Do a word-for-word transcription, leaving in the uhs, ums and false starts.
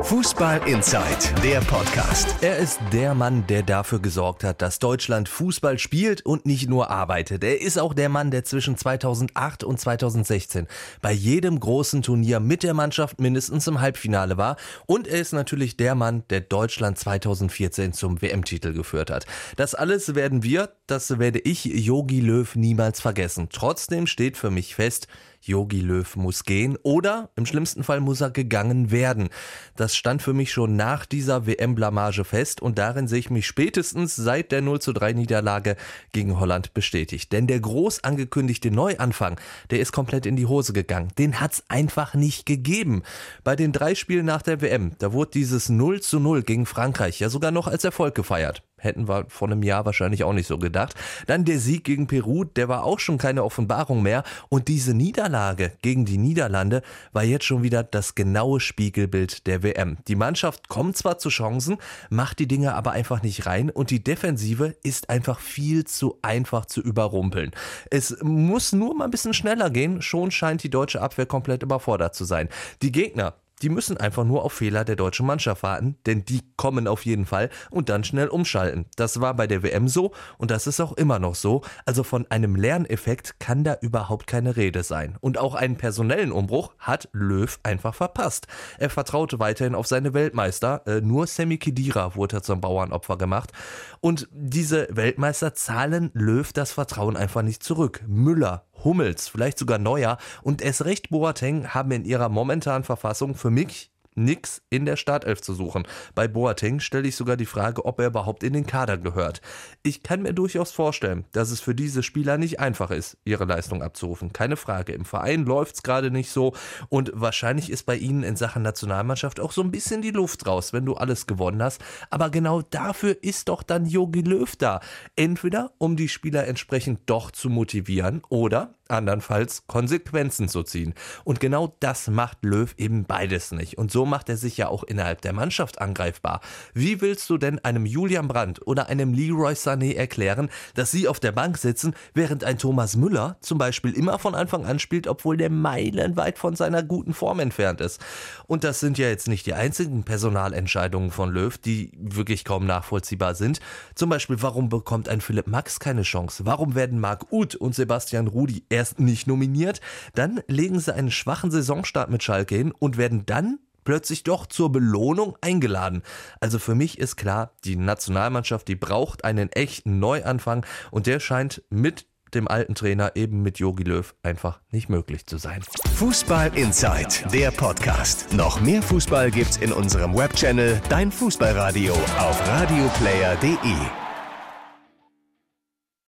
Fußball Inside, der Podcast. Er ist der Mann, der dafür gesorgt hat, dass Deutschland Fußball spielt und nicht nur arbeitet. Er ist auch der Mann, der zwischen zweitausendacht und zweitausendsechzehn bei jedem großen Turnier mit der Mannschaft mindestens im Halbfinale war. Und er ist natürlich der Mann, der Deutschland zweitausendvierzehn zum W M-Titel geführt hat. Das alles werden wir, das werde ich, Jogi Löw, niemals vergessen. Trotzdem steht für mich fest, Jogi Löw muss gehen oder im schlimmsten Fall muss er gegangen werden. Das stand für mich schon nach dieser W M-Blamage fest und darin sehe ich mich spätestens seit der null zu drei Niederlage gegen Holland bestätigt. Denn der groß angekündigte Neuanfang, der ist komplett in die Hose gegangen. Den hat's einfach nicht gegeben. Bei den drei Spielen nach der W M, da wurde dieses null zu null gegen Frankreich ja sogar noch als Erfolg gefeiert. Hätten wir vor einem Jahr wahrscheinlich auch nicht so gedacht. Dann der Sieg gegen Peru, der war auch schon keine Offenbarung mehr. Und diese Niederlage gegen die Niederlande war jetzt schon wieder das genaue Spiegelbild der W M. Die Mannschaft kommt zwar zu Chancen, macht die Dinge aber einfach nicht rein. Und die Defensive ist einfach viel zu einfach zu überrumpeln. Es muss nur mal ein bisschen schneller gehen, schon scheint die deutsche Abwehr komplett überfordert zu sein. Die Gegner, die müssen einfach nur auf Fehler der deutschen Mannschaft warten, denn die kommen auf jeden Fall und dann schnell umschalten. Das war bei der W M so und das ist auch immer noch so. Also von einem Lerneffekt kann da überhaupt keine Rede sein. Und auch einen personellen Umbruch hat Löw einfach verpasst. Er vertraute weiterhin auf seine Weltmeister. Äh, nur Sami Khedira wurde zum Bauernopfer gemacht. Und diese Weltmeister zahlen Löw das Vertrauen einfach nicht zurück. Müller, Hummels, vielleicht sogar Neuer und erst recht Boateng haben in ihrer momentanen Verfassung für mich nix in der Startelf zu suchen. Bei Boateng stelle ich sogar die Frage, ob er überhaupt in den Kader gehört. Ich kann mir durchaus vorstellen, dass es für diese Spieler nicht einfach ist, ihre Leistung abzurufen. Keine Frage. Im Verein läuft es gerade nicht so und wahrscheinlich ist bei ihnen in Sachen Nationalmannschaft auch so ein bisschen die Luft raus, wenn du alles gewonnen hast. Aber genau dafür ist doch dann Jogi Löw da. Entweder um die Spieler entsprechend doch zu motivieren oder andernfalls Konsequenzen zu ziehen. Und genau das macht Löw eben beides nicht. Und so macht er sich ja auch innerhalb der Mannschaft angreifbar. Wie willst du denn einem Julian Brandt oder einem Leroy Sané erklären, dass sie auf der Bank sitzen, während ein Thomas Müller zum Beispiel immer von Anfang an spielt, obwohl der meilenweit von seiner guten Form entfernt ist? Und das sind ja jetzt nicht die einzigen Personalentscheidungen von Löw, die wirklich kaum nachvollziehbar sind. Zum Beispiel, warum bekommt ein Philipp Max keine Chance? Warum werden Marc Uth und Sebastian Rudy erst nicht nominiert? Dann legen sie einen schwachen Saisonstart mit Schalke hin und werden dann plötzlich doch zur Belohnung eingeladen. Also für mich ist klar, die Nationalmannschaft, die braucht einen echten Neuanfang und der scheint mit dem alten Trainer, eben mit Jogi Löw, einfach nicht möglich zu sein. Fußball Inside, der Podcast. Noch mehr Fußball gibt's in unserem Webchannel Dein Fußballradio auf radioplayer punkt de.